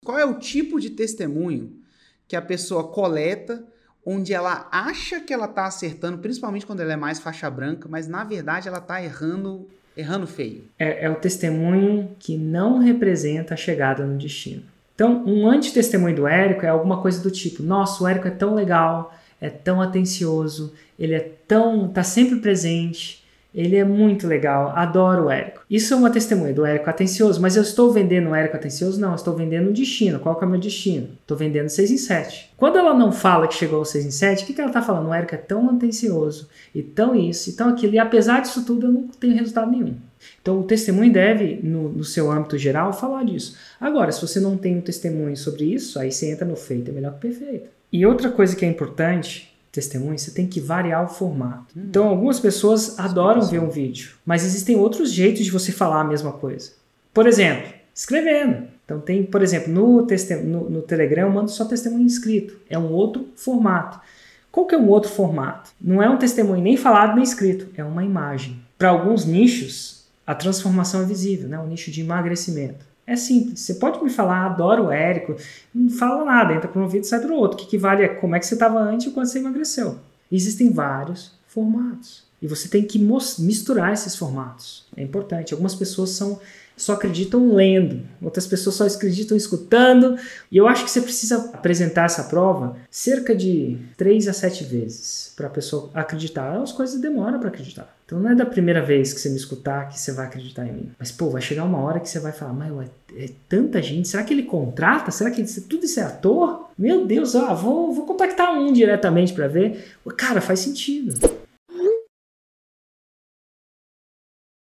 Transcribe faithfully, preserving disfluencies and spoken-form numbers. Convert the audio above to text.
Qual é o tipo de testemunho que a pessoa coleta, onde ela acha que ela está acertando, principalmente quando ela é mais faixa branca, mas na verdade ela está errando, errando feio? É, é o testemunho que não representa a chegada no destino. Então, um antitestemunho do Érico é alguma coisa do tipo: nossa, o Érico é tão legal, é tão atencioso, ele é tão, tá sempre presente, ele é muito legal, adoro o Érico. Isso é uma testemunha do Érico atencioso, mas eu estou vendendo o Érico atencioso? Não, eu estou vendendo o destino. Qual que é o meu destino? Estou vendendo seis em sete. Quando ela não fala que chegou ao seis em sete, o que, que ela está falando? O Érico é tão atencioso, e tão isso, e tão aquilo, e apesar disso tudo eu não tenho resultado nenhum. Então o testemunho deve, no, no seu âmbito geral, falar disso. Agora, se você não tem um testemunho sobre isso, aí você entra no feito é melhor que perfeito. E outra coisa que é importante, testemunho, você tem que variar o formato. Hum. Então algumas pessoas adoram ver um vídeo, mas existem outros jeitos de você falar a mesma coisa. Por exemplo, escrevendo. Então tem, por exemplo, no, no, no Telegram eu mando só testemunho escrito. É um outro formato. Qual que é um outro formato? Não é um testemunho nem falado nem escrito, é uma imagem. Para alguns nichos, a transformação é visível, né? O nicho de emagrecimento. É simples, você pode me falar, adoro o Érico, não fala nada, entra por um vídeo e sai para o outro. O que, que vale é como é que você estava antes e quando você emagreceu. Existem vários formatos e você tem que misturar esses formatos. É importante. Algumas pessoas são, só acreditam lendo, outras pessoas só acreditam escutando, e eu acho que você precisa apresentar essa prova cerca de três a sete vezes para a pessoa acreditar. As coisas demoram para acreditar. Então não é da primeira vez que você me escutar que você vai acreditar em mim. Mas, pô, vai chegar uma hora que você vai falar: mas ué, é tanta gente, será que ele contrata? Será que tudo isso é ator? Meu Deus, ó, vou, vou contactar um diretamente para ver. Cara, faz sentido.